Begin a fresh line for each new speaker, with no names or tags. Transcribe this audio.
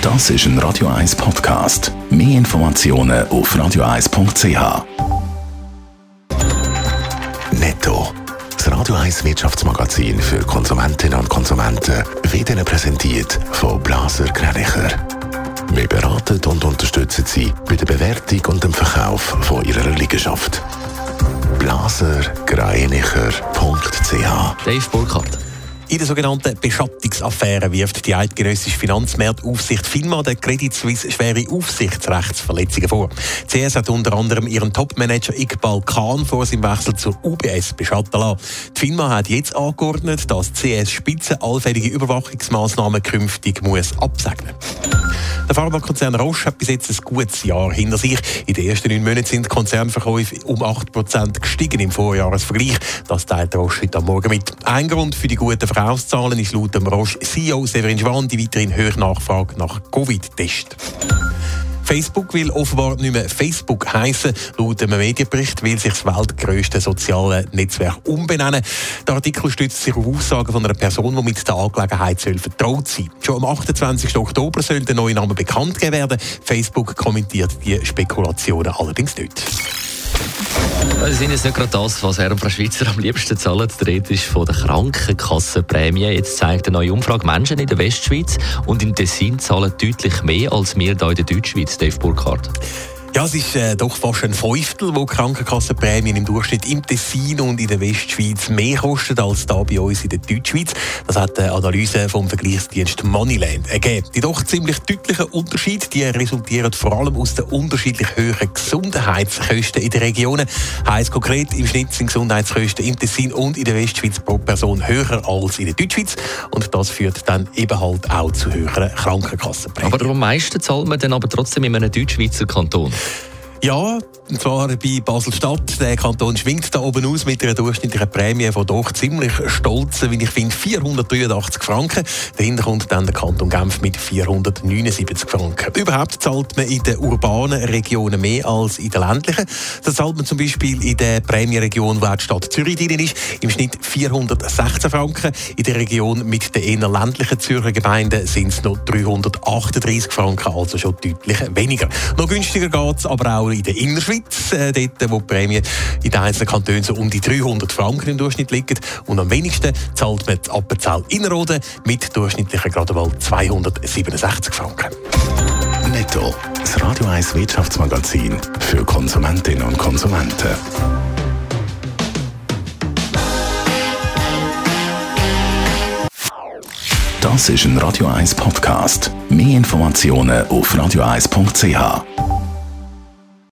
Das ist ein Radio 1 Podcast. Mehr Informationen auf radio1.ch. Netto, das Radio 1 Wirtschaftsmagazin für Konsumentinnen und Konsumenten, wird Ihnen präsentiert von Blaser Greinicher. Wir beraten und unterstützen Sie bei der Bewertung und dem Verkauf von Ihrer Liegenschaft. blasergreinicher.ch.
Dave Burkhardt.
In der sogenannten Beschattungsaffäre wirft die eidgenössische Finanzmarktaufsicht FINMA der Credit Suisse schwere Aufsichtsrechtsverletzungen vor. Die CS hat unter anderem ihren Topmanager Iqbal Khan vor seinem Wechsel zur UBS beschatten lassen. Die FINMA hat jetzt angeordnet, dass die CS-Spitze allfällige Überwachungsmaßnahmen künftig absegnen muss. Der Pharmakonzern Roche hat bis jetzt ein gutes Jahr hinter sich. In den ersten 9 Monaten sind die Konzernverkäufe um 8% gestiegen im Vorjahresvergleich. Das teilt Roche heute Morgen mit. Ein Grund für die guten Verkaufszahlen ist laut dem Roche-CEO Severin Schwan die weiterhin hohe Nachfrage nach Covid-Tests. Facebook will offenbar nicht mehr Facebook heissen. Laut einem Medienbericht will sich das weltgrösste soziale Netzwerk umbenennen. Der Artikel stützt sich auf Aussagen von einer Person, die mit der Angelegenheit vertraut sein soll. Schon am 28. Oktober soll der neue Name bekannt gegeben werden. Facebook kommentiert die Spekulationen allerdings nicht.
Sie sind jetzt nicht gerade das, was er und Frau Schweizer am liebsten zahlen. Die Rede ist von der Krankenkassenprämie. Jetzt zeigt eine neue Umfrage, Menschen in der Westschweiz und im Tessin zahlen deutlich mehr als wir hier in der Deutschschweiz. Dave Burkhardt.
Ja, es ist doch fast ein Fünftel, wo Krankenkassenprämien im Durchschnitt im Tessin und in der Westschweiz mehr kosten als da bei uns in der Deutschschweiz. Das hat eine Analyse vom Vergleichsdienst Moneyland ergeben. Die doch ziemlich deutlichen Unterschiede, die resultieren vor allem aus den unterschiedlich hohen Gesundheitskosten in den Regionen. Heisst konkret, im Schnitt sind Gesundheitskosten im Tessin und in der Westschweiz pro Person höher als in der Deutschschweiz. Und das führt dann eben halt auch zu höheren Krankenkassenprämien.
Aber am meisten zahlt man dann aber trotzdem in einem Deutschschweizer Kanton.
Ja, und zwar bei Basel-Stadt. Der Kanton schwingt da oben aus mit einer durchschnittlichen Prämie von doch ziemlich stolzen, wie ich finde, 483 Franken. Dahinter kommt dann der Kanton Genf mit 479 Franken. Überhaupt zahlt man in den urbanen Regionen mehr als in den ländlichen. Da zahlt man zum Beispiel in der Prämieregion, wo die Stadt Zürich drin ist, im Schnitt 416 Franken. In der Region mit den eher ländlichen Zürcher Gemeinden sind es noch 338 Franken, also schon deutlich weniger. Noch günstiger geht es aber auch in der Innerschweiz, dort wo die Prämien in den einzelnen Kantonen so um die 300 Franken im Durchschnitt liegen. Und am wenigsten zahlt man die Appenzell Innerrhoden mit durchschnittlichen gerade mal 267 Franken.
Netto, das Radio 1 Wirtschaftsmagazin für Konsumentinnen und Konsumenten. Das ist ein Radio 1 Podcast. Mehr Informationen auf radio1.ch.